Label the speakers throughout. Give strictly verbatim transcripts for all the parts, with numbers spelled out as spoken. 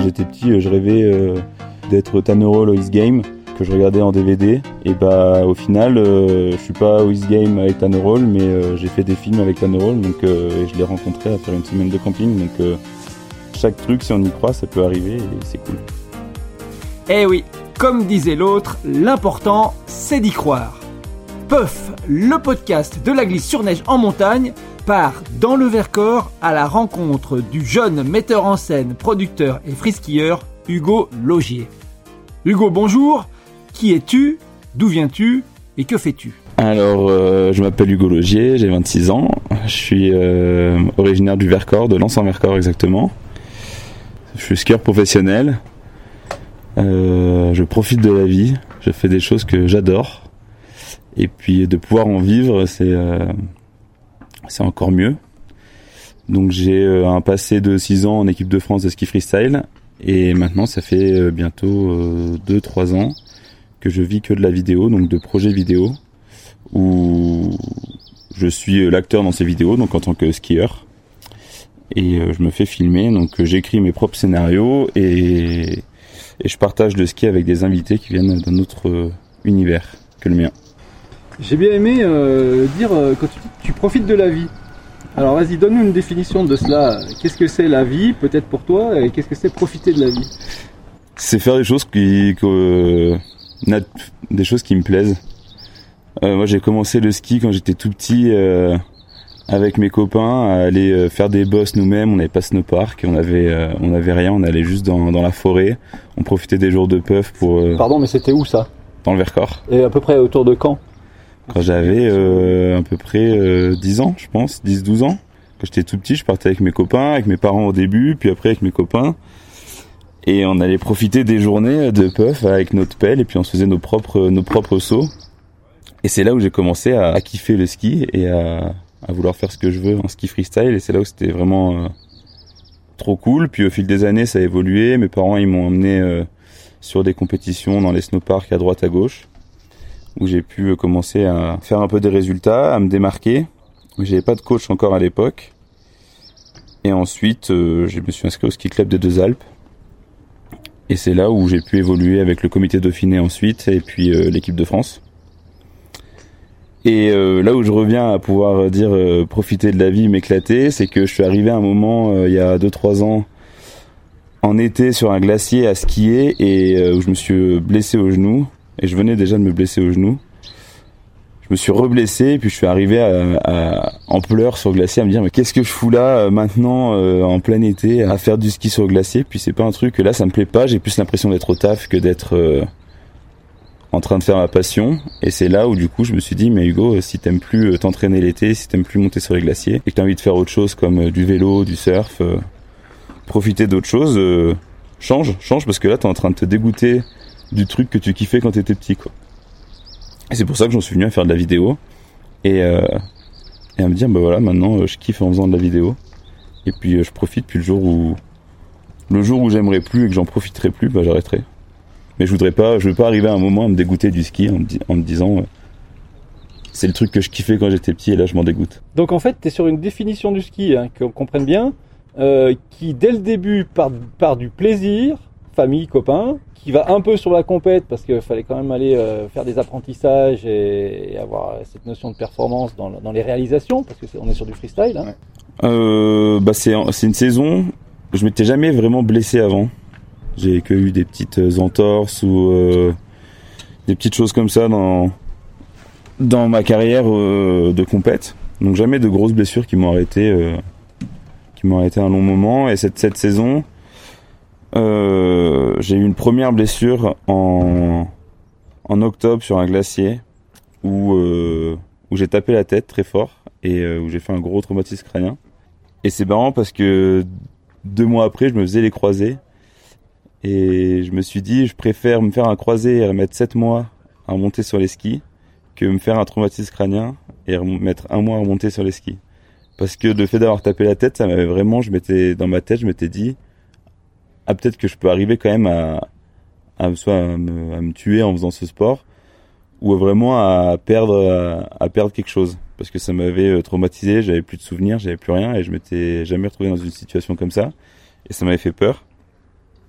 Speaker 1: j'étais petit, je rêvais euh, d'être Tannerol au X-Game, que je regardais en D V D. Et bah au final, euh, je suis pas au X-Game avec Tannerol, mais euh, j'ai fait des films avec Tannerol, donc euh, et je l'ai rencontré à faire une semaine de camping. Donc euh, chaque truc, si on y croit, ça peut arriver et c'est cool.
Speaker 2: Eh oui, comme disait l'autre, l'important c'est d'y croire. Puff, le podcast de la glisse sur neige en montagne, part dans le Vercors à la rencontre du jeune metteur en scène, producteur et freeskieur Hugo Laugier. Hugo, bonjour. Qui es-tu ? D'où viens-tu ? Et que fais-tu ?
Speaker 1: Alors, euh, je m'appelle Hugo Laugier, j'ai vingt-six ans. Je suis euh, originaire du Vercors, de Lens-en-Vercors exactement. Je suis skieur professionnel. Euh, je profite de la vie. Je fais des choses que j'adore. Et puis de pouvoir en vivre, c'est, euh, c'est encore mieux. Donc j'ai euh, un passé de six ans en équipe de France de ski freestyle. Et maintenant, ça fait euh, bientôt euh, deux trois ans que je vis que de la vidéo, donc de projets vidéo, où je suis l'acteur dans ces vidéos, donc en tant que skieur. Et euh, je me fais filmer, donc euh, j'écris mes propres scénarios et, et je partage le ski avec des invités qui viennent d'un autre euh, univers que le mien.
Speaker 3: J'ai bien aimé euh, dire euh, quand tu dis que tu profites de la vie. Alors vas-y, donne-nous une définition de cela. Qu'est-ce que c'est la vie, peut-être pour toi, et qu'est-ce que c'est profiter de la vie ?
Speaker 1: C'est faire des choses qui, que, euh, des choses qui me plaisent. Euh, moi, j'ai commencé le ski quand j'étais tout petit, euh, avec mes copains, à aller euh, faire des bosses nous-mêmes. On n'avait pas snowpark, on avait, euh, on avait rien. On allait juste dans, dans la forêt. On profitait des jours de puff pour. Euh,
Speaker 3: Pardon, mais c'était où ça ?
Speaker 1: Dans le Vercors.
Speaker 3: Et à peu près autour de quand ?
Speaker 1: Quand j'avais euh, à peu près euh, dix ans, je pense, dix douze ans. Quand j'étais tout petit, je partais avec mes copains, avec mes parents au début, puis après avec mes copains. Et on allait profiter des journées de puff avec notre pelle, et puis on se faisait nos propres, nos propres sauts. Et c'est là où j'ai commencé à, à kiffer le ski et à, à vouloir faire ce que je veux en ski freestyle. Et c'est là où c'était vraiment euh, trop cool. Puis au fil des années, ça a évolué. Mes parents, ils m'ont emmené euh, sur des compétitions dans les snowparks à droite à gauche, où j'ai pu commencer à faire un peu des résultats, à me démarquer. J'avais pas de coach encore à l'époque. Et ensuite, euh, je me suis inscrit au ski club des Deux Alpes. Et c'est là où j'ai pu évoluer avec le comité Dauphiné ensuite, et puis euh, l'équipe de France. Et euh, là où je reviens à pouvoir dire euh, profiter de la vie, m'éclater, c'est que je suis arrivé à un moment, euh, il y a deux trois ans, en été sur un glacier à skier, et euh, où je me suis blessé au genou. Et je venais déjà de me blesser au genou. Je me suis reblessé et puis je suis arrivé à, à, en pleurs sur le glacier à me dire mais qu'est-ce que je fous là euh, maintenant euh, en plein été à faire du ski sur le glacier. Puis c'est pas un truc que là ça me plaît pas. J'ai plus l'impression d'être au taf que d'être euh, en train de faire ma passion. Et c'est là où du coup je me suis dit mais Hugo, si t'aimes plus euh, t'entraîner l'été, si t'aimes plus monter sur les glaciers et que t'as envie de faire autre chose comme euh, du vélo, du surf, euh, profiter d'autres choses, euh, change, change parce que là t'es en train de te dégoûter du truc que tu kiffais quand t'étais petit, quoi. Et c'est pour ça que j'en suis venu à faire de la vidéo et, euh, et à me dire bah voilà, maintenant je kiffe en faisant de la vidéo et puis je profite. Puis le jour où le jour où j'aimerais plus et que j'en profiterai plus, bah j'arrêterai. Mais je voudrais pas, je veux pas arriver à un moment à me dégoûter du ski en me, di- en me disant euh, c'est le truc que je kiffais quand j'étais petit et là je m'en dégoûte.
Speaker 3: Donc en fait, tu es sur une définition du ski, hein, qu'on comprenne bien, euh, qui dès le début part, part du plaisir, famille, copains, qui va un peu sur la compète parce qu'il fallait quand même aller euh, faire des apprentissages et, et avoir cette notion de performance dans, dans les réalisations, parce qu'on est sur du freestyle. Hein.
Speaker 1: Ouais. Euh, bah c'est, c'est une saison, je m'étais jamais vraiment blessé avant. J'ai que eu des petites entorses ou euh, des petites choses comme ça dans, dans ma carrière euh, de compète. Donc jamais de grosses blessures qui m'ont arrêté, euh, qui m'ont arrêté un long moment. Et cette, cette saison, Euh, j'ai eu une première blessure en, en octobre sur un glacier où, euh, où j'ai tapé la tête très fort et euh, où j'ai fait un gros traumatisme crânien. Et c'est marrant parce que deux mois après, je me faisais les croisés et je me suis dit, je préfère me faire un croisé et remettre sept mois à remonter sur les skis que me faire un traumatisme crânien et mettre un mois à remonter sur les skis. Parce que le fait d'avoir tapé la tête, ça m'avait vraiment, je m'étais, dans ma tête, je m'étais dit, ah, peut-être que je peux arriver quand même à, à soit à me, à me tuer en faisant ce sport, ou vraiment à perdre, à, à perdre quelque chose. Parce que ça m'avait traumatisé, j'avais plus de souvenirs, j'avais plus rien, et je m'étais jamais retrouvé dans une situation comme ça. Et ça m'avait fait peur.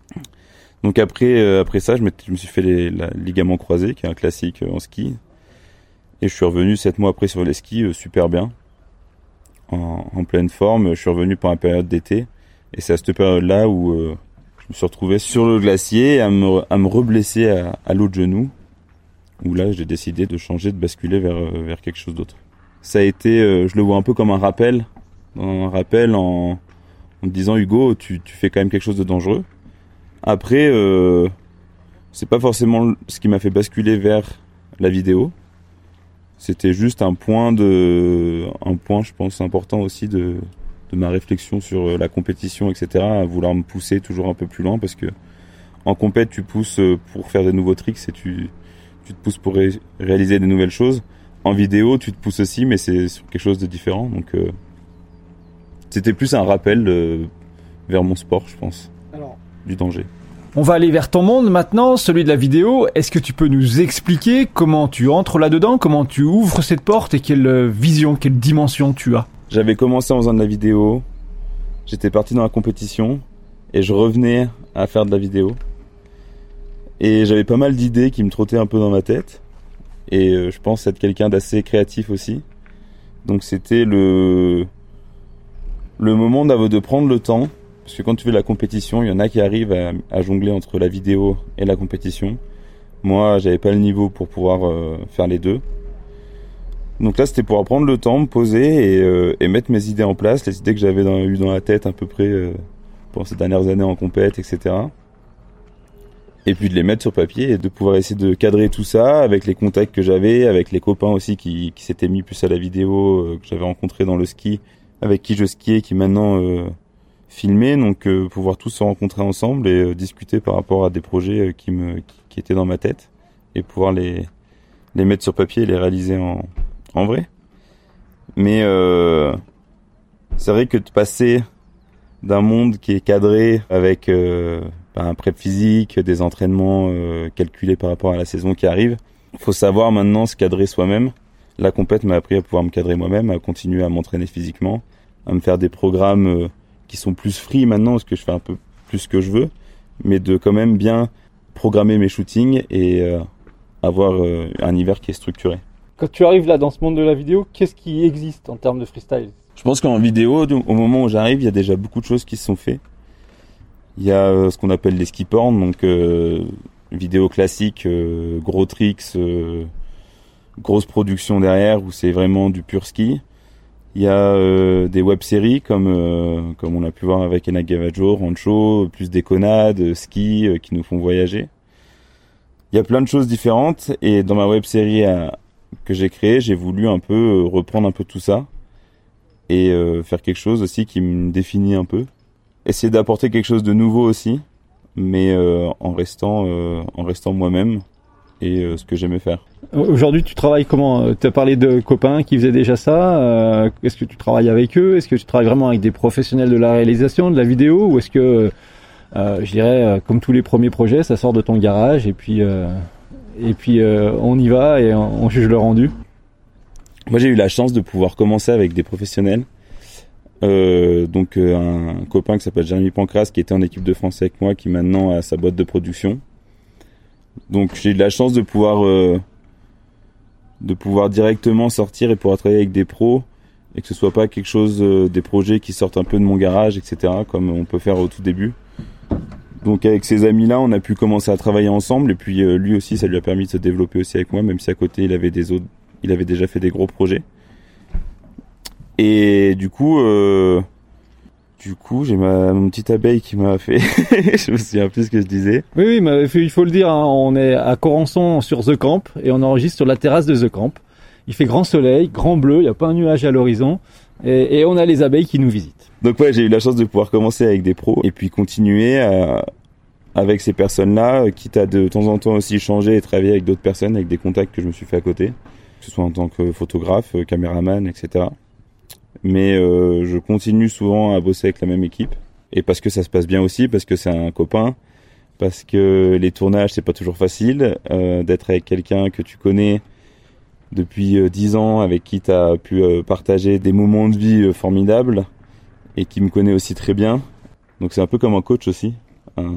Speaker 1: Donc après, euh, après ça, je, je me suis fait les la, ligament croisé, qui est un classique euh, en ski. Et je suis revenu sept mois après sur les skis, euh, super bien, en, en pleine forme. Je suis revenu pour une période d'été. Et c'est à cette période-là où euh, je me suis retrouvé sur le glacier à me, à me reblesser à, à l'autre genou. Où là, j'ai décidé de changer, de basculer vers, euh, vers quelque chose d'autre. Ça a été, euh, je le vois un peu comme un rappel. Un rappel en, en me disant, Hugo, tu, tu fais quand même quelque chose de dangereux. Après, euh, c'est pas forcément ce qui m'a fait basculer vers la vidéo. C'était juste un point de, un point, je pense, important aussi de, de ma réflexion sur la compétition, et cetera. À vouloir me pousser toujours un peu plus loin parce que en compète, tu pousses pour faire des nouveaux tricks et tu, tu te pousses pour ré- réaliser des nouvelles choses. En vidéo, tu te pousses aussi, mais c'est sur quelque chose de différent. Donc, euh, c'était plus un rappel euh, vers mon sport, je pense. Alors, du danger.
Speaker 2: On va aller vers ton monde maintenant, celui de la vidéo. Est-ce que tu peux nous expliquer comment tu entres là-dedans, comment tu ouvres cette porte et quelle vision, quelle dimension tu as ?
Speaker 1: J'avais commencé en faisant de la vidéo, j'étais parti dans la compétition et je revenais à faire de la vidéo. Et j'avais pas mal d'idées qui me trottaient un peu dans ma tête. Et euh, je pense être quelqu'un d'assez créatif aussi. Donc c'était le, le moment de prendre le temps. Parce que quand tu fais de la compétition, il y en a qui arrivent à, à jongler entre la vidéo et la compétition. Moi, j'avais pas le niveau pour pouvoir euh, faire les deux. Donc là, c'était pour prendre le temps, me poser et, euh, et mettre mes idées en place, les idées que j'avais dans, eues dans la tête à peu près euh, pendant ces dernières années en compète, et cetera. Et puis de les mettre sur papier et de pouvoir essayer de cadrer tout ça avec les contacts que j'avais, avec les copains aussi qui, qui s'étaient mis plus à la vidéo, euh, que j'avais rencontrés dans le ski, avec qui je skiais, qui maintenant... Euh, filmer, donc euh, pouvoir tous se rencontrer ensemble et euh, discuter par rapport à des projets euh, qui me qui, qui étaient dans ma tête et pouvoir les les mettre sur papier et les réaliser en en vrai. Mais euh, c'est vrai que de passer d'un monde qui est cadré avec euh, un prep physique, des entraînements euh, calculés par rapport à la saison qui arrive, faut savoir maintenant se cadrer soi-même. La compète m'a appris à pouvoir me cadrer moi-même, à continuer à m'entraîner physiquement, à me faire des programmes euh, qui sont plus free maintenant parce que je fais un peu plus ce que je veux, mais de quand même bien programmer mes shootings et euh, avoir euh, un hiver qui est structuré.
Speaker 3: Quand tu arrives là dans ce monde de la vidéo, qu'est-ce qui existe en termes de freestyle ?
Speaker 1: Je pense qu'en vidéo, au moment où j'arrive, il y a déjà beaucoup de choses qui se sont faites. Il y a euh, ce qu'on appelle les ski porn, donc euh, vidéo classique, euh, gros tricks, euh, grosse production derrière où c'est vraiment du pur ski. Il y a euh, des web-séries comme euh, comme on a pu voir avec Ena Gavajo, Rancho, plus déconnades, ski euh, qui nous font voyager. Il y a plein de choses différentes et dans ma web-série euh, que j'ai créée, j'ai voulu un peu euh, reprendre un peu tout ça et euh, faire quelque chose aussi qui me définit un peu. Essayer d'apporter quelque chose de nouveau aussi, mais euh, en restant euh, en restant moi-même et euh, ce que j'aimais faire.
Speaker 3: Aujourd'hui, tu travailles comment ? Tu as parlé de copains qui faisaient déjà ça. Euh, est-ce que tu travailles avec eux ? Est-ce que tu travailles vraiment avec des professionnels de la réalisation, de la vidéo ? Ou est-ce que, euh, je dirais, comme tous les premiers projets, ça sort de ton garage et puis, euh, et puis euh, on y va et on, on juge le rendu ?
Speaker 1: Moi, j'ai eu la chance de pouvoir commencer avec des professionnels. Euh, donc, euh, un copain qui s'appelle Jérémy Pancras, qui était en équipe de France avec moi, qui maintenant a sa boîte de production. Donc, j'ai eu la chance de pouvoir... Euh, de pouvoir directement sortir et pouvoir travailler avec des pros et que ce soit pas quelque chose, euh, des projets qui sortent un peu de mon garage, et cetera, comme on peut faire au tout début. Donc avec ces amis-là, on a pu commencer à travailler ensemble et puis euh, lui aussi, ça lui a permis de se développer aussi avec moi, même si à côté, il avait des autres, il avait déjà fait des gros projets. Et du coup, euh, du coup, j'ai ma mon petite abeille qui m'a fait, je me souviens plus ce que je disais.
Speaker 3: Oui, oui, mais il faut le dire, hein, on est à Corançon sur The Camp et on enregistre sur la terrasse de The Camp. Il fait grand soleil, grand bleu, il n'y a pas un nuage à l'horizon et, et on a les abeilles qui nous visitent.
Speaker 1: Donc ouais, j'ai eu la chance de pouvoir commencer avec des pros et puis continuer à, avec ces personnes-là, quitte à de temps en temps aussi changer et travailler avec d'autres personnes, avec des contacts que je me suis fait à côté, que ce soit en tant que photographe, caméraman, et cetera. Mais euh, je continue souvent à bosser avec la même équipe et parce que ça se passe bien aussi, parce que c'est un copain, parce que les tournages c'est pas toujours facile, euh, d'être avec quelqu'un que tu connais depuis dix ans, avec qui tu as pu euh, partager des moments de vie euh, formidables et qui me connaît aussi très bien. Donc c'est un peu comme un coach aussi, un,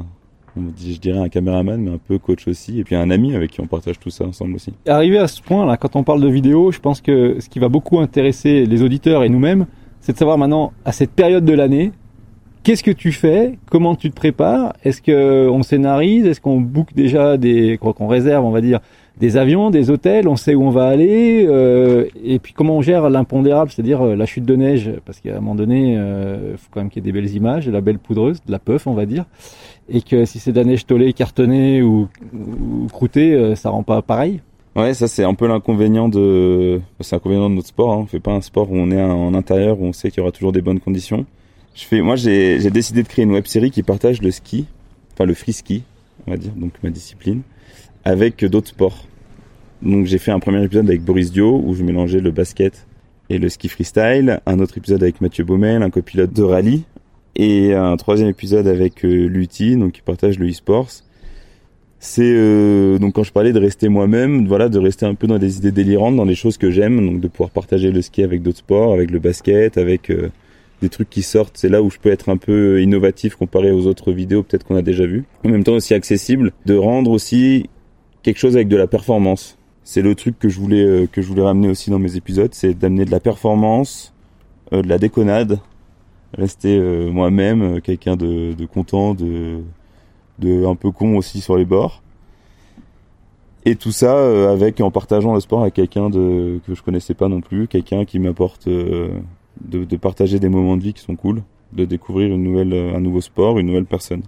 Speaker 1: on dit, je dirais un caméraman, mais un peu coach aussi, et puis un ami avec qui on partage tout ça ensemble aussi.
Speaker 3: Arrivé à ce point là, quand on parle de vidéo, je pense que ce qui va beaucoup intéresser les auditeurs et nous-mêmes, c'est de savoir maintenant à cette période de l'année, qu'est-ce que tu fais, comment tu te prépares, est-ce que on scénarise, est-ce qu'on book déjà des, quoi qu'on réserve, on va dire, des avions, des hôtels, on sait où on va aller, euh, et puis comment on gère l'impondérable, c'est-à-dire euh, la chute de neige, parce qu'à un moment donné, il euh, faut quand même qu'il y ait des belles images, de la belle poudreuse, de la puff, on va dire, et que si c'est de la neige tolée, cartonnée ou, ou croûtée, euh, ça rend pas pareil.
Speaker 1: Ouais, ça c'est un peu l'inconvénient de, c'est l'inconvénient de notre sport. Hein. On fait pas un sport où on est en intérieur où on sait qu'il y aura toujours des bonnes conditions. Je fais, moi j'ai, j'ai décidé de créer une web-série qui partage le ski, enfin le free ski, on va dire, donc ma discipline, avec d'autres sports. Donc j'ai fait un premier épisode avec Boris Dio où je mélangeais le basket et le ski freestyle, un autre épisode avec Mathieu Baumel, un copilote de rallye, et un troisième épisode avec euh, l'U T I, donc qui partage le e-sports. C'est euh, donc quand je parlais de rester moi-même, voilà, de rester un peu dans des idées délirantes, dans des choses que j'aime, donc de pouvoir partager le ski avec d'autres sports, avec le basket, avec euh, des trucs qui sortent. C'est là où je peux être un peu innovatif comparé aux autres vidéos peut-être qu'on a déjà vues. En même temps aussi accessible, de rendre aussi quelque chose avec de la performance. C'est le truc que je voulais euh, que je voulais ramener aussi dans mes épisodes, c'est d'amener de la performance, euh, de la déconnade, rester euh, moi-même, euh, quelqu'un de, de content, de, de un peu con aussi sur les bords. Et tout ça euh, avec en partageant le sport avec quelqu'un de que je connaissais pas non plus, quelqu'un qui m'apporte euh, de, de partager des moments de vie qui sont cool, de découvrir une nouvelle, un nouveau sport, une nouvelle personne.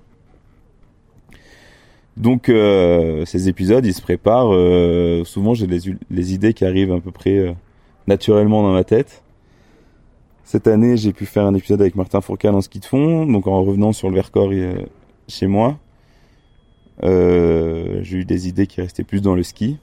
Speaker 1: Donc euh, ces épisodes, ils se préparent. Euh, souvent, j'ai les, les idées qui arrivent à peu près euh, naturellement dans ma tête. Cette année, j'ai pu faire un épisode avec Martin Fourcade en ski de fond, donc en revenant sur le Vercors euh, chez moi. Euh, j'ai eu des idées qui restaient plus dans le ski.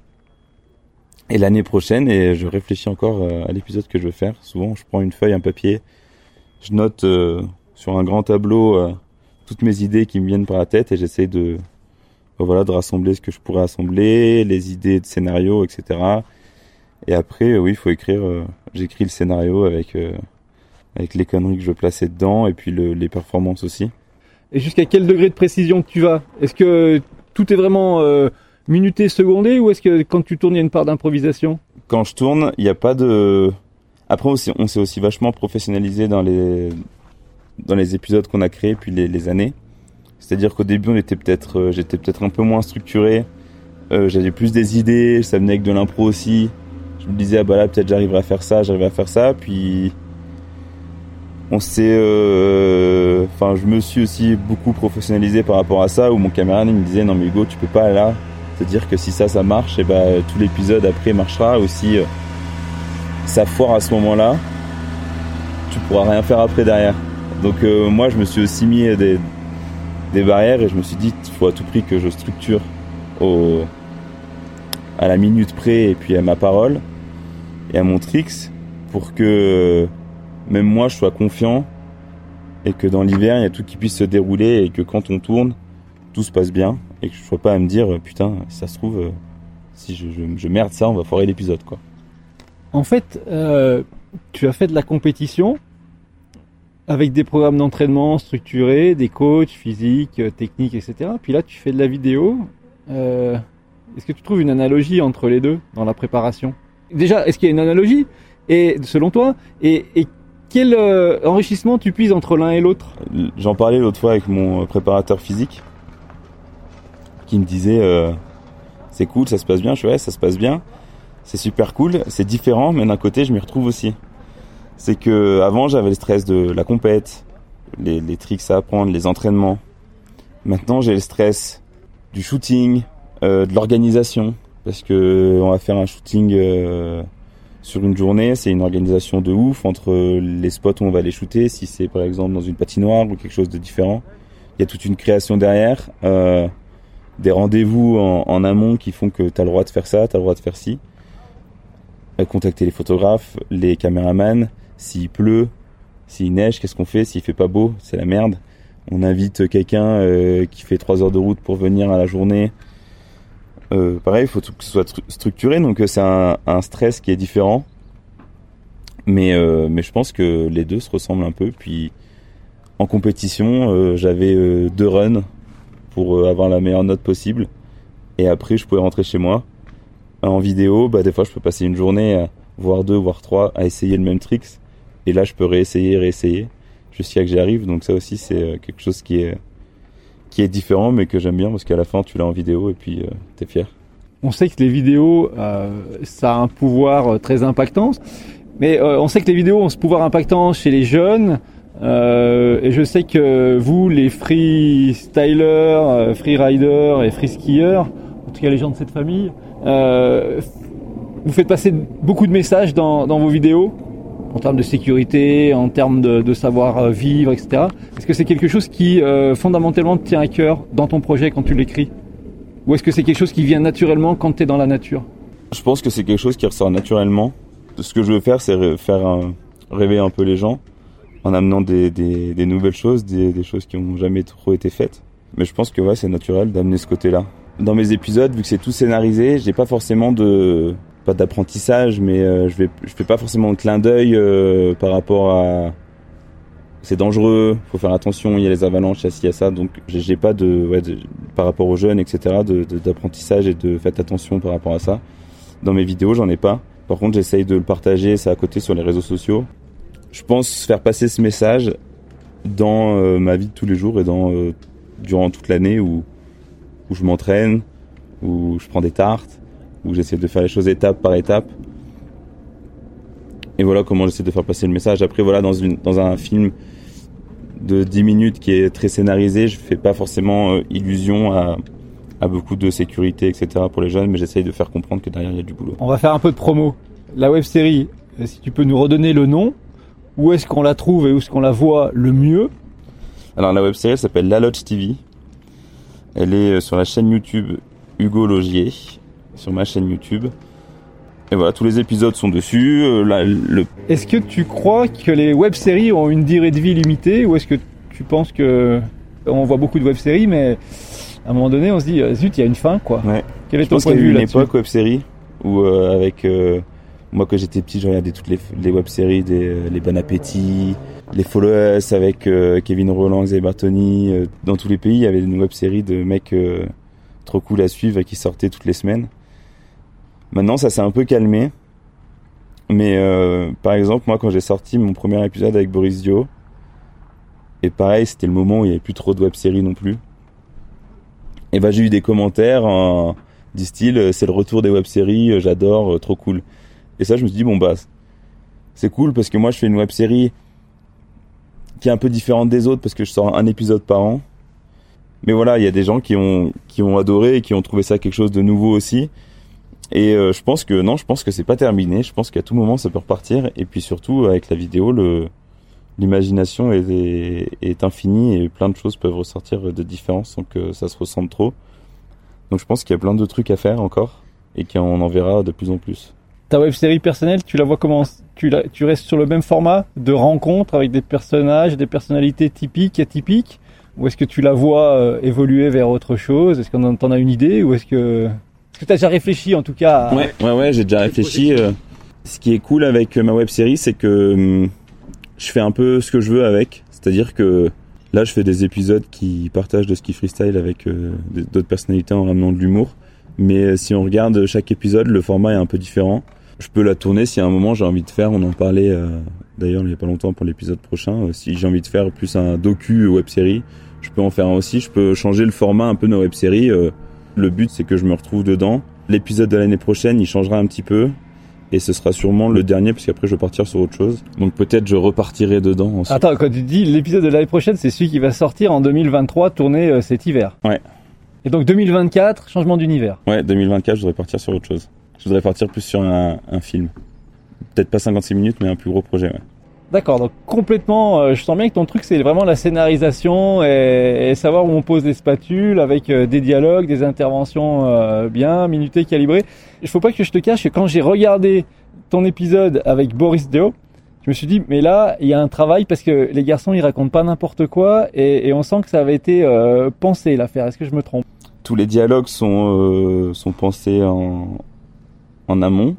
Speaker 1: Et l'année prochaine, et je réfléchis encore euh, à l'épisode que je veux faire. Souvent, je prends une feuille, un papier, je note euh, sur un grand tableau euh, toutes mes idées qui me viennent par la tête et j'essaie de voilà, de rassembler ce que je pourrais assembler, les idées de scénario, et cetera. Et après, oui, il faut écrire, euh, j'écris le scénario avec, euh, avec les conneries que je veux placer dedans, et puis le, les performances aussi.
Speaker 3: Et jusqu'à quel degré de précision tu vas ? Est-ce que tout est vraiment euh, minuté, secondé, ou est-ce que quand tu tournes, il y a une part d'improvisation ?
Speaker 1: Quand je tourne, il n'y a pas de... Après, aussi, on s'est aussi vachement professionnalisé dans les, dans les épisodes qu'on a créés, puis les, les années. C'est-à-dire qu'au début, on était peut-être, euh, j'étais peut-être un peu moins structuré. Euh, j'avais plus des idées, ça venait avec de l'impro aussi. Je me disais, ah bah là, peut-être j'arriverai à faire ça, j'arriverai à faire ça. Puis, on s'est... Enfin, euh, je me suis aussi beaucoup professionnalisé par rapport à ça, où mon caméraman me disait, non mais Hugo, tu peux pas là. C'est-à-dire que si ça, ça marche, et bah, tout l'épisode après marchera. Aussi, euh, ça foire à ce moment-là, tu pourras rien faire après derrière. Donc euh, moi, je me suis aussi mis des... des barrières et je me suis dit il faut à tout prix que je structure au, à la minute près et puis à ma parole et à mon tricks pour que même moi je sois confiant et que dans l'hiver il y a tout qui puisse se dérouler et que quand on tourne tout se passe bien et que je sois pas à me dire putain si ça se trouve si je, je, je merde ça on va foirer l'épisode quoi.
Speaker 3: En fait euh, tu as fait de la compétition avec des programmes d'entraînement structurés, des coachs physiques, techniques, et cetera. Puis là, tu fais de la vidéo. Euh, est-ce que tu trouves une analogie entre les deux dans la préparation ? Déjà, est-ce qu'il y a une analogie ? Et selon toi, et, et quel euh, enrichissement tu puises entre l'un et l'autre ?
Speaker 1: J'en parlais l'autre fois avec mon préparateur physique, qui me disait euh, c'est cool, ça se passe bien. Je fais ouais, ça se passe bien. C'est super cool, c'est différent, mais d'un côté, je m'y retrouve aussi. C'est que avant j'avais le stress de la compète, les, les tricks à apprendre, les entraînements. Maintenant j'ai le stress du shooting, euh, de l'organisation, parce que on va faire un shooting euh, sur une journée, c'est une organisation de ouf entre les spots où on va les shooter, si c'est par exemple dans une patinoire ou quelque chose de différent. Il y a toute une création derrière, euh, des rendez-vous en, en amont qui font que t'as le droit de faire ça, t'as le droit de faire ci. Euh, contacter les photographes, les caméramans. S'il pleut, s'il neige, qu'est-ce qu'on fait ? S'il fait pas beau, c'est la merde. On invite quelqu'un euh, qui fait trois heures de route pour venir à la journée. Euh, pareil, il faut tout que ce soit tru- structuré, donc c'est un, un stress qui est différent. Mais, euh, mais je pense que les deux se ressemblent un peu. Puis en compétition, euh, j'avais euh, deux runs pour avoir la meilleure note possible. Et après, je pouvais rentrer chez moi. En vidéo, bah, des fois, je peux passer une journée, voire deux, voire trois, à essayer le même tricks. Et là, je peux réessayer, réessayer, jusqu'à que j'y arrive. Donc ça aussi, c'est quelque chose qui est, qui est différent, mais que j'aime bien, parce qu'à la fin, tu l'as en vidéo et puis euh, t'es fier.
Speaker 3: On sait que les vidéos, euh, ça a un pouvoir très impactant. Mais euh, on sait que les vidéos ont ce pouvoir impactant chez les jeunes. Euh, et je sais que vous, les freestylers, euh, freeriders et freeskieurs, en tout cas les gens de cette famille, euh, vous faites passer beaucoup de messages dans, dans vos vidéos, en termes de sécurité, en termes de, de savoir-vivre, et cetera. Est-ce que c'est quelque chose qui euh, fondamentalement te tient à cœur dans ton projet quand tu l'écris ? Ou est-ce que c'est quelque chose qui vient naturellement quand tu es dans la nature ?
Speaker 1: Je pense que c'est quelque chose qui ressort naturellement. Ce que je veux faire, c'est faire un, rêver un peu les gens en amenant des, des, des nouvelles choses, des, des choses qui n'ont jamais trop été faites. Mais je pense que ouais, c'est naturel d'amener ce côté-là. Dans mes épisodes, vu que c'est tout scénarisé, j'ai pas forcément de pas d'apprentissage, mais euh, je vais je fais pas forcément de clin d'œil euh, par rapport à c'est dangereux, faut faire attention, il y a les avalanches, il y a ci, il y a ça, donc j'ai, j'ai pas de, ouais, de par rapport aux jeunes, et cetera, de, de, d'apprentissage et de faites attention par rapport à ça. Dans mes vidéos, j'en ai pas. Par contre, j'essaye de le partager, ça à côté sur les réseaux sociaux. Je pense faire passer ce message dans euh, ma vie de tous les jours et dans euh, durant toute l'année où où je m'entraîne, où je prends des tartes, où j'essaie de faire les choses étape par étape. Et voilà comment j'essaie de faire passer le message. Après, voilà, dans une dans un film de dix minutes qui est très scénarisé, je fais pas forcément euh, illusion à à beaucoup de sécurité, et cetera pour les jeunes, mais j'essaye de faire comprendre que derrière il y a du boulot.
Speaker 3: On va faire un peu de promo. La web série, si tu peux nous redonner le nom, où est-ce qu'on la trouve et où est-ce qu'on la voit le mieux ?
Speaker 1: Alors la web série elle s'appelle La Lodge T V. Elle est sur la chaîne YouTube Hugo Logier, sur ma chaîne YouTube. Et voilà, tous les épisodes sont dessus. Euh, là, le...
Speaker 3: Est-ce que tu crois que les web-séries ont une durée de vie limitée ou est-ce que tu penses que on voit beaucoup de web-séries, mais à un moment donné, on se dit zut, il y a une fin, quoi.
Speaker 1: Ouais.
Speaker 3: Quel est
Speaker 1: je
Speaker 3: ton
Speaker 1: pense
Speaker 3: point
Speaker 1: qu'il
Speaker 3: de
Speaker 1: y a
Speaker 3: vue
Speaker 1: eu une
Speaker 3: là-dessus ?
Speaker 1: époque web-série où euh, avec euh, moi quand j'étais petit, je regardais toutes les, les web-séries, des, les Bon Appétit, les Follow Us avec euh, Kevin Roland, Xavier Bartoni. Euh, dans tous les pays, il y avait une web-série de mecs euh, trop cool à suivre qui sortaient toutes les semaines. Maintenant, ça s'est un peu calmé. Mais euh, par exemple, moi, quand j'ai sorti mon premier épisode avec Boris Dio, et pareil, c'était le moment où il n'y avait plus trop de web-séries non plus. Et bah, j'ai eu des commentaires en, du style, c'est le retour des web-séries, j'adore, euh, trop cool. Et ça, je me suis dit, bon bah, c'est cool parce que moi, je fais une web-série qui est un peu différente des autres parce que je sors un épisode par an. Mais voilà, il y a des gens qui ont qui ont adoré et qui ont trouvé ça quelque chose de nouveau aussi. Et euh, je pense que non, je pense que c'est pas terminé. Je pense qu'à tout moment ça peut repartir. Et puis surtout avec la vidéo, le l'imagination est, est, est infinie et plein de choses peuvent ressortir de différents sans que ça se ressemble trop. Donc je pense qu'il y a plein de trucs à faire encore et qu'on en verra de plus en plus.
Speaker 3: Ta web série personnelle, tu la vois comment ? Tu, la, tu restes sur le même format de rencontre avec des personnages, des personnalités typiques, atypiques ? Ou est-ce que tu la vois euh, évoluer vers autre chose ? Est-ce qu'on t'en a une idée ? Ou est-ce que est-ce que tu as déjà réfléchi en tout cas à...
Speaker 1: Ouais, ouais, ouais, j'ai déjà réfléchi. Euh, ce qui est cool avec ma web série, c'est que hum, je fais un peu ce que je veux avec. C'est-à-dire que là, je fais des épisodes qui partagent de ski freestyle avec euh, d'autres personnalités en ramenant de l'humour. Mais si on regarde chaque épisode, le format est un peu différent. Je peux la tourner si à un moment j'ai envie de faire, on en parlait euh, d'ailleurs il n'y a pas longtemps pour l'épisode prochain, euh, si j'ai envie de faire plus un docu web-série, je peux en faire un aussi, je peux changer le format un peu de nos web-séries. Euh, le but c'est que je me retrouve dedans. L'épisode de l'année prochaine il changera un petit peu et ce sera sûrement le dernier parce qu'après je vais partir sur autre chose. Donc peut-être je repartirai dedans ensuite.
Speaker 3: Attends, quand tu dis l'épisode de l'année prochaine, c'est celui qui va sortir en deux mille vingt-trois, tourné euh, cet hiver.
Speaker 1: Ouais.
Speaker 3: Et donc deux mille vingt-quatre, changement d'univers.
Speaker 1: Ouais, deux mille vingt-quatre je voudrais partir sur autre chose. Je voudrais partir plus sur un, un film. Peut-être pas cinquante-six minutes, mais un plus gros projet, ouais.
Speaker 3: D'accord, donc complètement, euh, je sens bien que ton truc c'est vraiment la scénarisation et, et savoir où on pose les spatules avec euh, des dialogues, des interventions euh, bien minutées, calibrées. Il faut pas que je te cache que quand j'ai regardé ton épisode avec Boris Dio, je me suis dit, mais là, il y a un travail parce que les garçons, ils racontent pas n'importe quoi et, et on sent que ça avait été euh, pensé l'affaire. Est-ce que je me trompe ?
Speaker 1: Tous les dialogues sont, euh, sont pensés en... en amont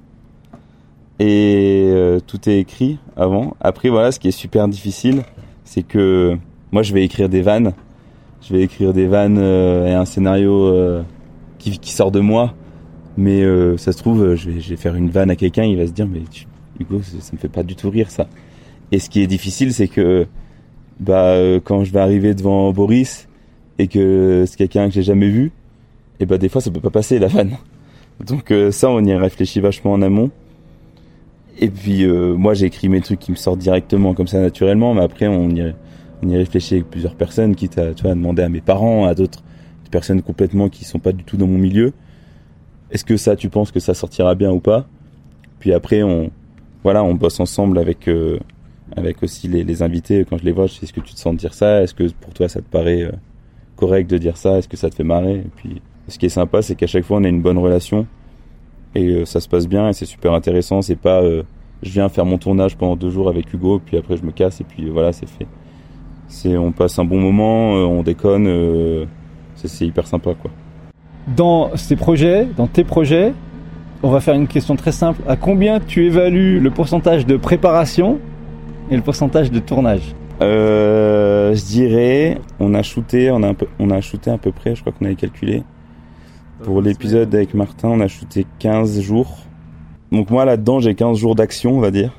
Speaker 1: et euh, tout est écrit avant. Après voilà, ce qui est super difficile, c'est que moi je vais écrire des vannes je vais écrire des vannes euh, et un scénario euh, qui, qui sort de moi. Mais euh, ça se trouve, je vais, je vais faire une vanne à quelqu'un, il va se dire mais tu, Hugo, ça, ça me fait pas du tout rire ça. Et ce qui est difficile, c'est que bah euh, quand je vais arriver devant Boris et que c'est quelqu'un que j'ai jamais vu, et bah des fois ça peut pas passer la vanne. Donc euh, ça, on y réfléchit vachement en amont. Et puis euh, moi j'ai écrit mes trucs qui me sortent directement comme ça naturellement, mais après on y, on y réfléchit avec plusieurs personnes, quitte à, tu vois, à demander à mes parents, à d'autres personnes complètement qui sont pas du tout dans mon milieu. Est-ce que ça, tu penses que ça sortira bien ou pas? Puis après, on, voilà, on bosse ensemble avec, euh, avec aussi les, les invités. Quand je les vois, je dis, est-ce que tu te sens de dire ça? Est-ce que pour toi, ça te paraît euh, correct de dire ça? Est-ce que ça te fait marrer? Et puis, ce qui est sympa, c'est qu'à chaque fois, on a une bonne relation et euh, ça se passe bien et c'est super intéressant. C'est pas, euh, je viens faire mon tournage pendant deux jours avec Hugo, puis après je me casse et puis euh, voilà, c'est fait. C'est, on passe un bon moment, euh, on déconne, euh, c'est, c'est hyper sympa, quoi.
Speaker 3: Dans ces projets, dans tes projets, on va faire une question très simple. À combien tu évalues le pourcentage de préparation et le pourcentage de tournage?
Speaker 1: Euh, je dirais, on a shooté, on a un peu, on a shooté à peu près, je crois qu'on avait calculé. Pour l'épisode avec Martin, on a shooté quinze jours. Donc moi là-dedans, j'ai quinze jours d'action, on va dire.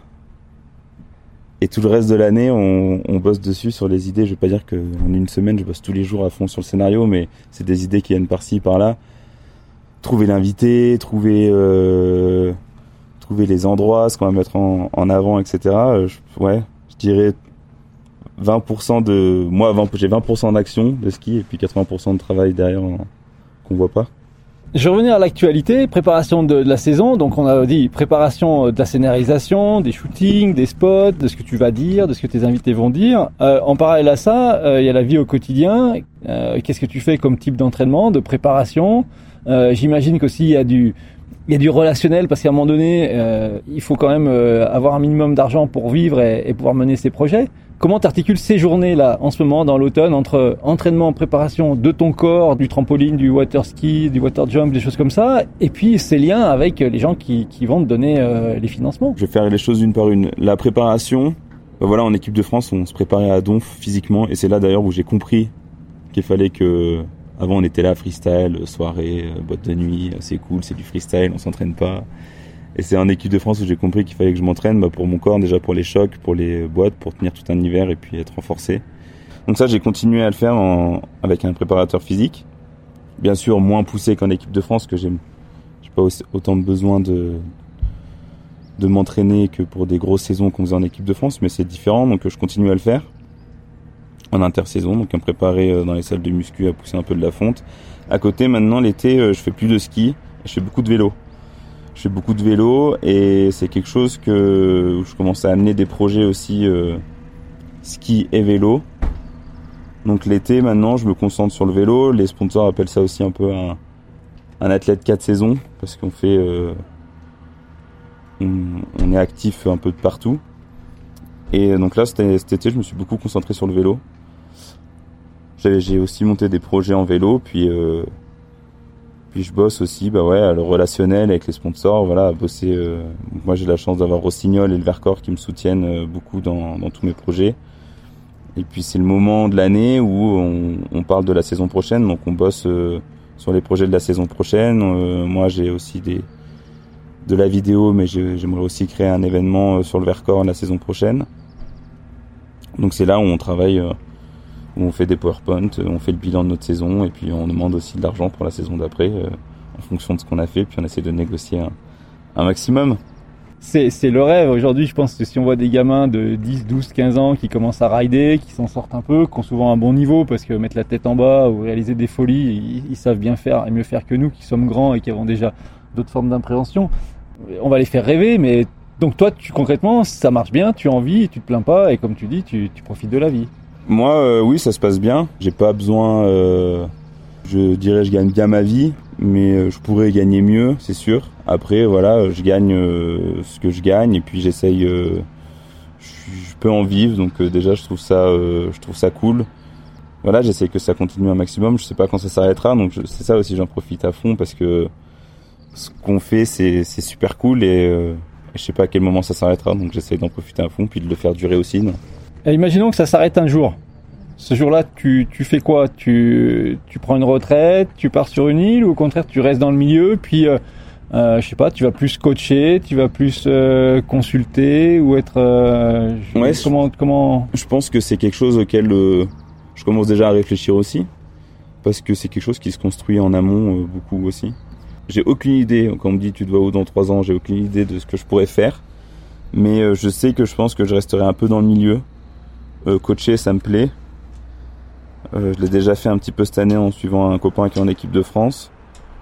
Speaker 1: Et tout le reste de l'année, on, on bosse dessus sur les idées. Je vais pas dire qu'en une semaine, je bosse tous les jours à fond sur le scénario, mais c'est des idées qui viennent par-ci, par-là. Trouver l'invité, trouver, euh, trouver les endroits, ce qu'on va mettre en, en avant, et cetera. Je, ouais, je dirais vingt pour cent de, moi, vingt, j'ai vingt pour cent d'action de ski et puis quatre-vingts pour cent de travail derrière en, qu'on voit pas.
Speaker 3: Je vais revenir à l'actualité, préparation de, de la saison. Donc on a dit préparation de la scénarisation, des shootings, des spots, de ce que tu vas dire, de ce que tes invités vont dire. Euh, en parallèle à ça, euh, il y a la vie au quotidien. Euh, qu'est-ce que tu fais comme type d'entraînement, de préparation? euh, J'imagine qu'aussi il y a du il y a du relationnel parce qu'à un moment donné, euh, il faut quand même euh, avoir un minimum d'argent pour vivre et, et pouvoir mener ses projets. Comment t'articules ces journées-là, en ce moment, dans l'automne, entre entraînement, préparation de ton corps, du trampoline, du water ski, du water jump, des choses comme ça, et puis ces liens avec les gens qui, qui vont te donner euh, les financements?
Speaker 1: Je vais faire les choses une par une. La préparation, ben voilà, en équipe de France, on se préparait à donf physiquement, et c'est là d'ailleurs où j'ai compris qu'il fallait que... Avant, on était là, freestyle, soirée, boîte de nuit, c'est cool, c'est du freestyle, on s'entraîne pas. Et c'est en équipe de France où j'ai compris qu'il fallait que je m'entraîne, bah pour mon corps, déjà pour les chocs, pour les boîtes, pour tenir tout un hiver et puis être renforcé. Donc ça, j'ai continué à le faire en, avec un préparateur physique. Bien sûr, moins poussé qu'en équipe de France, que j'ai, j'ai pas aussi, autant de besoin de, de m'entraîner que pour des grosses saisons qu'on faisait en équipe de France, mais c'est différent, donc je continue à le faire. En intersaison, donc à me préparer dans les salles de muscu, à pousser un peu de la fonte. À côté, maintenant, l'été, je fais plus de ski, je fais beaucoup de vélo. Je fais beaucoup de vélo et c'est quelque chose que où je commence à amener des projets aussi euh, ski et vélo. Donc l'été, maintenant, je me concentre sur le vélo. Les sponsors appellent ça aussi un peu un, un athlète quatre saisons parce qu'on fait, euh, on, on est actif un peu de partout. Et donc là, cet, cet été, je me suis beaucoup concentré sur le vélo. J'ai, j'ai aussi monté des projets en vélo, puis euh, puis je bosse aussi, bah ouais, le relationnel avec les sponsors, voilà, à bosser. Euh, moi, j'ai la chance d'avoir Rossignol et le Vercors qui me soutiennent euh, beaucoup dans dans tous mes projets. Et puis c'est le moment de l'année où on, on parle de la saison prochaine, donc on bosse euh, sur les projets de la saison prochaine. Euh, moi, j'ai aussi des de la vidéo, mais j'ai, j'aimerais aussi créer un événement sur le Vercors la saison prochaine. Donc c'est là où on travaille. Euh, où on fait des PowerPoint, on fait le bilan de notre saison et puis on demande aussi de l'argent pour la saison d'après euh, en fonction de ce qu'on a fait, puis on essaie de négocier un, un maximum.
Speaker 3: C'est, c'est le rêve. Aujourd'hui, je pense que si on voit des gamins de dix, douze, quinze ans qui commencent à rider, qui s'en sortent un peu, qui ont souvent un bon niveau parce que mettre la tête en bas ou réaliser des folies, ils, ils savent bien faire et mieux faire que nous qui sommes grands et qui avons déjà d'autres formes d'impréhension. On va les faire rêver, mais donc toi, tu, concrètement, ça marche bien, tu as envie, tu te plains pas et comme tu dis, tu, tu profites de la vie.
Speaker 1: Moi, euh, oui, ça se passe bien. J'ai pas besoin, euh, je dirais, je gagne bien ma vie, mais euh, je pourrais gagner mieux, c'est sûr. Après, voilà, je gagne euh, ce que je gagne, et puis j'essaye, euh, je, je peux en vivre, donc euh, déjà, je trouve ça, euh, je trouve ça cool. Voilà, j'essaye que ça continue un maximum. Je sais pas quand ça s'arrêtera, donc je, c'est ça aussi, j'en profite à fond parce que ce qu'on fait, c'est, c'est super cool et euh, je sais pas à quel moment ça s'arrêtera, donc j'essaye d'en profiter à fond, puis de le faire durer aussi. Non.
Speaker 3: Et imaginons que ça s'arrête un jour. Ce jour-là, tu, tu fais quoi? Tu, tu prends une retraite, tu pars sur une île, ou au contraire, tu restes dans le milieu, puis, euh, euh, je sais pas, tu vas plus coacher, tu vas plus euh, consulter, ou être... Euh,
Speaker 1: ouais,
Speaker 3: comment, comment...
Speaker 1: Je pense que c'est quelque chose auquel euh, je commence déjà à réfléchir aussi, parce que c'est quelque chose qui se construit en amont euh, beaucoup aussi. J'ai aucune idée, quand on me dit tu te vois où dans trois ans, j'ai aucune idée de ce que je pourrais faire. Mais euh, je sais que je pense que je resterai un peu dans le milieu. Euh, coacher, ça me plaît. Euh, je l'ai déjà fait un petit peu cette année en suivant un copain qui est en équipe de France.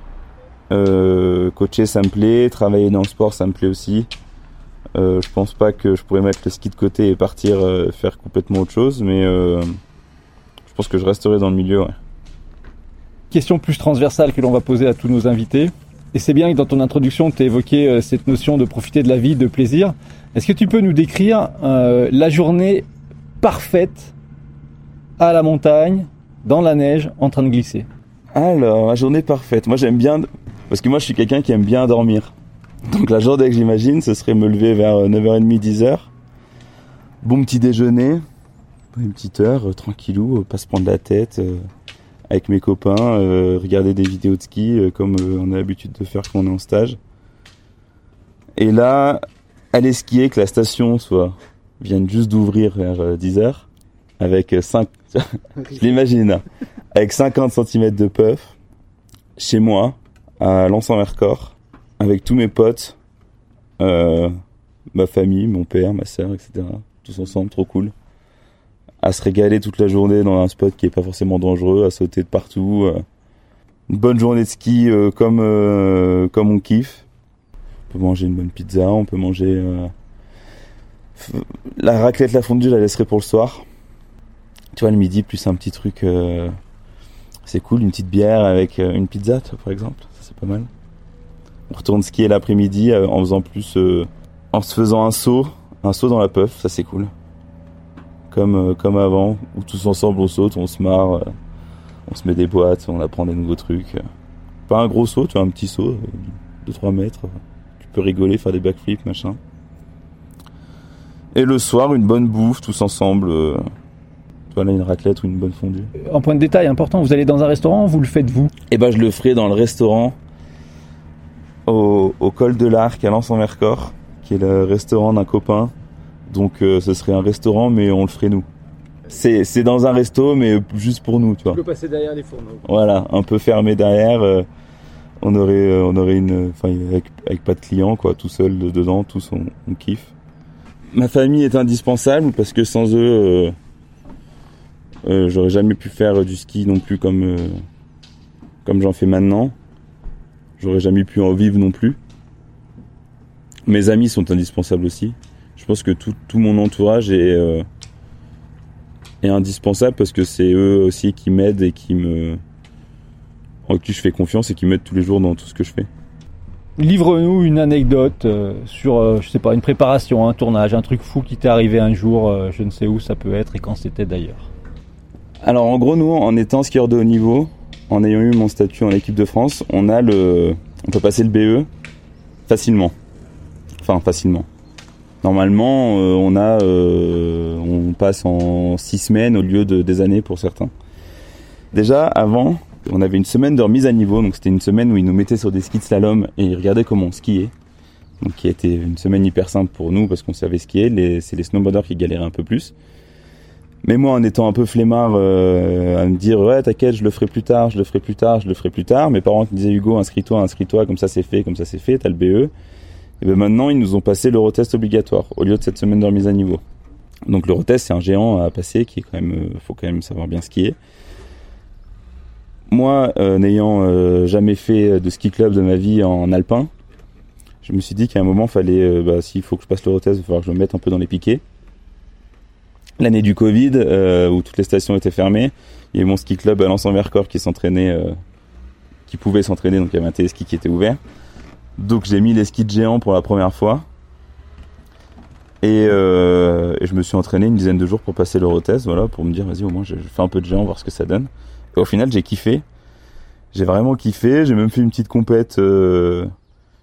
Speaker 1: Euh, coacher, ça me plaît. Travailler dans le sport, ça me plaît aussi. Euh, je pense pas que je pourrais mettre le ski de côté et partir euh, faire complètement autre chose, mais euh, je pense que je resterai dans le milieu, ouais.
Speaker 3: Question plus transversale que l'on va poser à tous nos invités. Et c'est bien que dans ton introduction, tu as évoqué euh, cette notion de profiter de la vie, de plaisir. Est-ce que tu peux nous décrire euh, la journée parfaite à la montagne, dans la neige, en train de glisser?
Speaker 1: Alors, la journée parfaite. Moi, j'aime bien... Parce que moi, je suis quelqu'un qui aime bien dormir. Donc, la journée que j'imagine, ce serait me lever vers neuf heures trente, dix heures. Bon petit déjeuner. Une petite heure, euh, tranquillou, euh, pas se prendre la tête... Euh... avec mes copains, euh, regarder des vidéos de ski euh, comme euh, on a l'habitude de faire quand on est en stage. Et là, aller skier, que la station soit vienne juste d'ouvrir vers euh, dix heures, avec cinq, je l'imagine, hein, avec cinquante centimètres de puff, chez moi, à Lens-en-Vercors, avec tous mes potes, euh, ma famille, mon père, ma sœur, et cetera. Tous ensemble, trop cool. À se régaler toute la journée dans un spot qui est pas forcément dangereux, à sauter de partout. Euh, une bonne journée de ski euh, comme euh, comme on kiffe. On peut manger une bonne pizza, on peut manger euh, f- la raclette, la fondue, je la laisserai pour le soir. Tu vois, le midi plus un petit truc, euh, c'est cool, une petite bière avec euh, une pizza, tu vois, par exemple, ça c'est pas mal. On retourne skier l'après-midi euh, en faisant plus, euh, en se faisant un saut, un saut dans la puff, ça c'est cool. Comme, euh, comme avant, où tous ensemble on saute, on se marre, euh, on se met des boîtes, on apprend des nouveaux trucs. Euh. Pas un gros saut, tu vois, un petit saut, deux trois mètres. Euh, tu peux rigoler, faire des backflips, machin. Et le soir, une bonne bouffe, tous ensemble. Euh, tu vois, là, une raclette ou une bonne fondue.
Speaker 3: Un point de détail important, vous allez dans un restaurant, vous le faites vous?
Speaker 1: Eh ben, je le ferai dans le restaurant au, au col de l'Arc à Lens-en-Vercors, qui est le restaurant d'un copain. Donc euh, ce serait un restaurant, mais on le ferait nous. C'est, c'est dans un resto, mais juste pour nous, tu vois.
Speaker 3: Tu peux passer derrière les fourneaux.
Speaker 1: Voilà, un peu fermé derrière. Euh, on aurait, euh, on aurait une, enfin avec, avec pas de clients, quoi, tout seul dedans, tous on, on kiffe. Ma famille est indispensable parce que sans eux, euh, euh, j'aurais jamais pu faire du ski non plus comme, euh, comme j'en fais maintenant. J'aurais jamais pu en vivre non plus. Mes amis sont indispensables aussi. Je pense que tout, tout mon entourage est, euh, est indispensable parce que c'est eux aussi qui m'aident et qui me, en qui je fais confiance et qui m'aident tous les jours dans tout ce que je fais.
Speaker 3: Livre-nous une anecdote euh, sur, euh, je sais pas, une préparation, un tournage, un truc fou qui t'est arrivé un jour, euh, je ne sais où ça peut être et quand c'était d'ailleurs.
Speaker 1: Alors en gros, nous, en étant skieur de haut niveau, en ayant eu mon statut en équipe de France, on a le, on peut passer le B E facilement. Enfin, facilement. Normalement, euh, on a, euh, on passe en six semaines au lieu de des années pour certains. Déjà, avant, on avait une semaine de remise à niveau, donc c'était une semaine où ils nous mettaient sur des skis de slalom et ils regardaient comment on skiait. Donc qui a été une semaine hyper simple pour nous parce qu'on savait skier. Les, c'est les snowboarders qui galéraient un peu plus. Mais moi, en étant un peu flemmard, euh, à me dire ouais, t'inquiète, je le ferai plus tard, je le ferai plus tard, je le ferai plus tard. Mes parents qui me disaient Hugo, inscris-toi, inscris-toi, comme ça c'est fait, comme ça c'est fait, t'as le B E. Et ben maintenant, ils nous ont passé l'Eurotest obligatoire au lieu de cette semaine de remise à niveau. Donc l'Eurotest, c'est un géant à passer qui est quand même, euh, faut quand même savoir bien skier. Moi, euh, n'ayant euh, jamais fait de ski club de ma vie en alpin, je me suis dit qu'à un moment, fallait, euh, bah, s'il faut que je passe l'Eurotest, il va falloir que je me mette un peu dans les piquets. L'année du Covid, euh, où toutes les stations étaient fermées, il y avait mon ski club à Lens-en-Vercors qui s'entraînait, euh, qui pouvait s'entraîner, donc il y avait un téléski qui était ouvert. Donc j'ai mis les skis de géant pour la première fois et, euh, et je me suis entraîné une dizaine de jours pour passer l'Eurotest, voilà, pour me dire vas-y au moins je, je fais un peu de géant, voir ce que ça donne. Et au final j'ai kiffé, j'ai vraiment kiffé, j'ai même fait une petite compète, euh,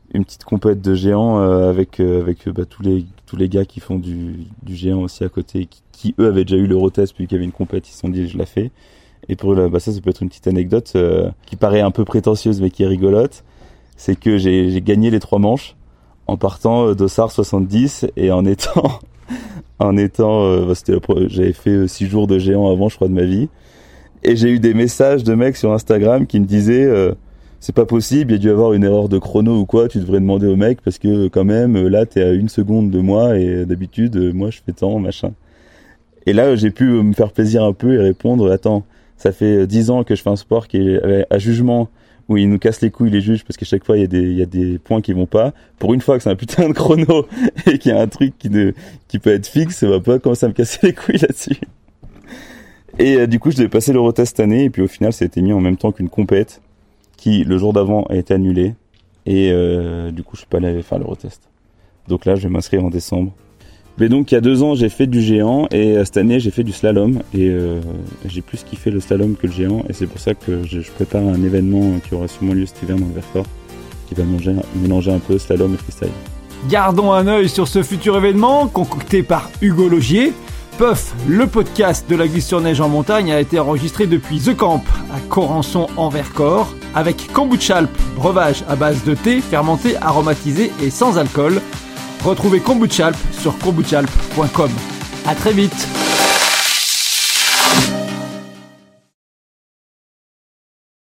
Speaker 1: une petite compète de géants euh, avec euh, avec bah, tous les tous les gars qui font du du géant aussi à côté, qui, qui eux avaient déjà eu l'Eurotest puis qu'il y avait une compète, ils se sont dit je la fais. Et pour eux, bah ça ça peut être une petite anecdote euh, qui paraît un peu prétentieuse mais qui est rigolote, c'est que j'ai j'ai gagné les trois manches en partant euh, d'Ossard soixante-dix et en étant en étant euh, bah, c'était la, j'avais fait six jours de géant avant je crois de ma vie, et j'ai eu des messages de mecs sur Instagram qui me disaient euh, c'est pas possible, il y a dû avoir une erreur de chrono ou quoi, tu devrais demander au mec parce que quand même là t'es à une seconde de moi et d'habitude moi je fais tant machin. Et là j'ai pu me faire plaisir un peu et répondre attends, ça fait dix ans que je fais un sport qui est à jugement où ils nous cassent les couilles les juges parce qu'à chaque fois il y a des il y a des points qui vont pas. Pour une fois que c'est un putain de chrono et qu'il y a un truc qui ne qui peut être fixe, ça va pas commencer à me casser les couilles là-dessus. Et euh, du coup je devais passer l'Eurotest cette année et puis au final ça a été mis en même temps qu'une compète qui le jour d'avant a été annulée et euh, du coup je suis pas allé faire l'Eurotest. Donc là je vais m'inscrire en décembre. Mais donc il y a deux ans j'ai fait du géant et cette année j'ai fait du slalom et euh, j'ai plus kiffé le slalom que le géant et c'est pour ça que je, je prépare un événement qui aura sûrement lieu cet hiver dans le Vercors qui va mélanger, mélanger un peu slalom et freestyle.
Speaker 2: Gardons un œil sur ce futur événement concocté par Hugo Logier. Puff, le podcast de la glisse sur neige en montagne a été enregistré depuis The Camp à Corançon en Vercors avec Kombucha Alp, breuvage à base de thé fermenté, aromatisé et sans alcool. Retrouvez Kombucha Alp sur kombucha alp point com. À très vite.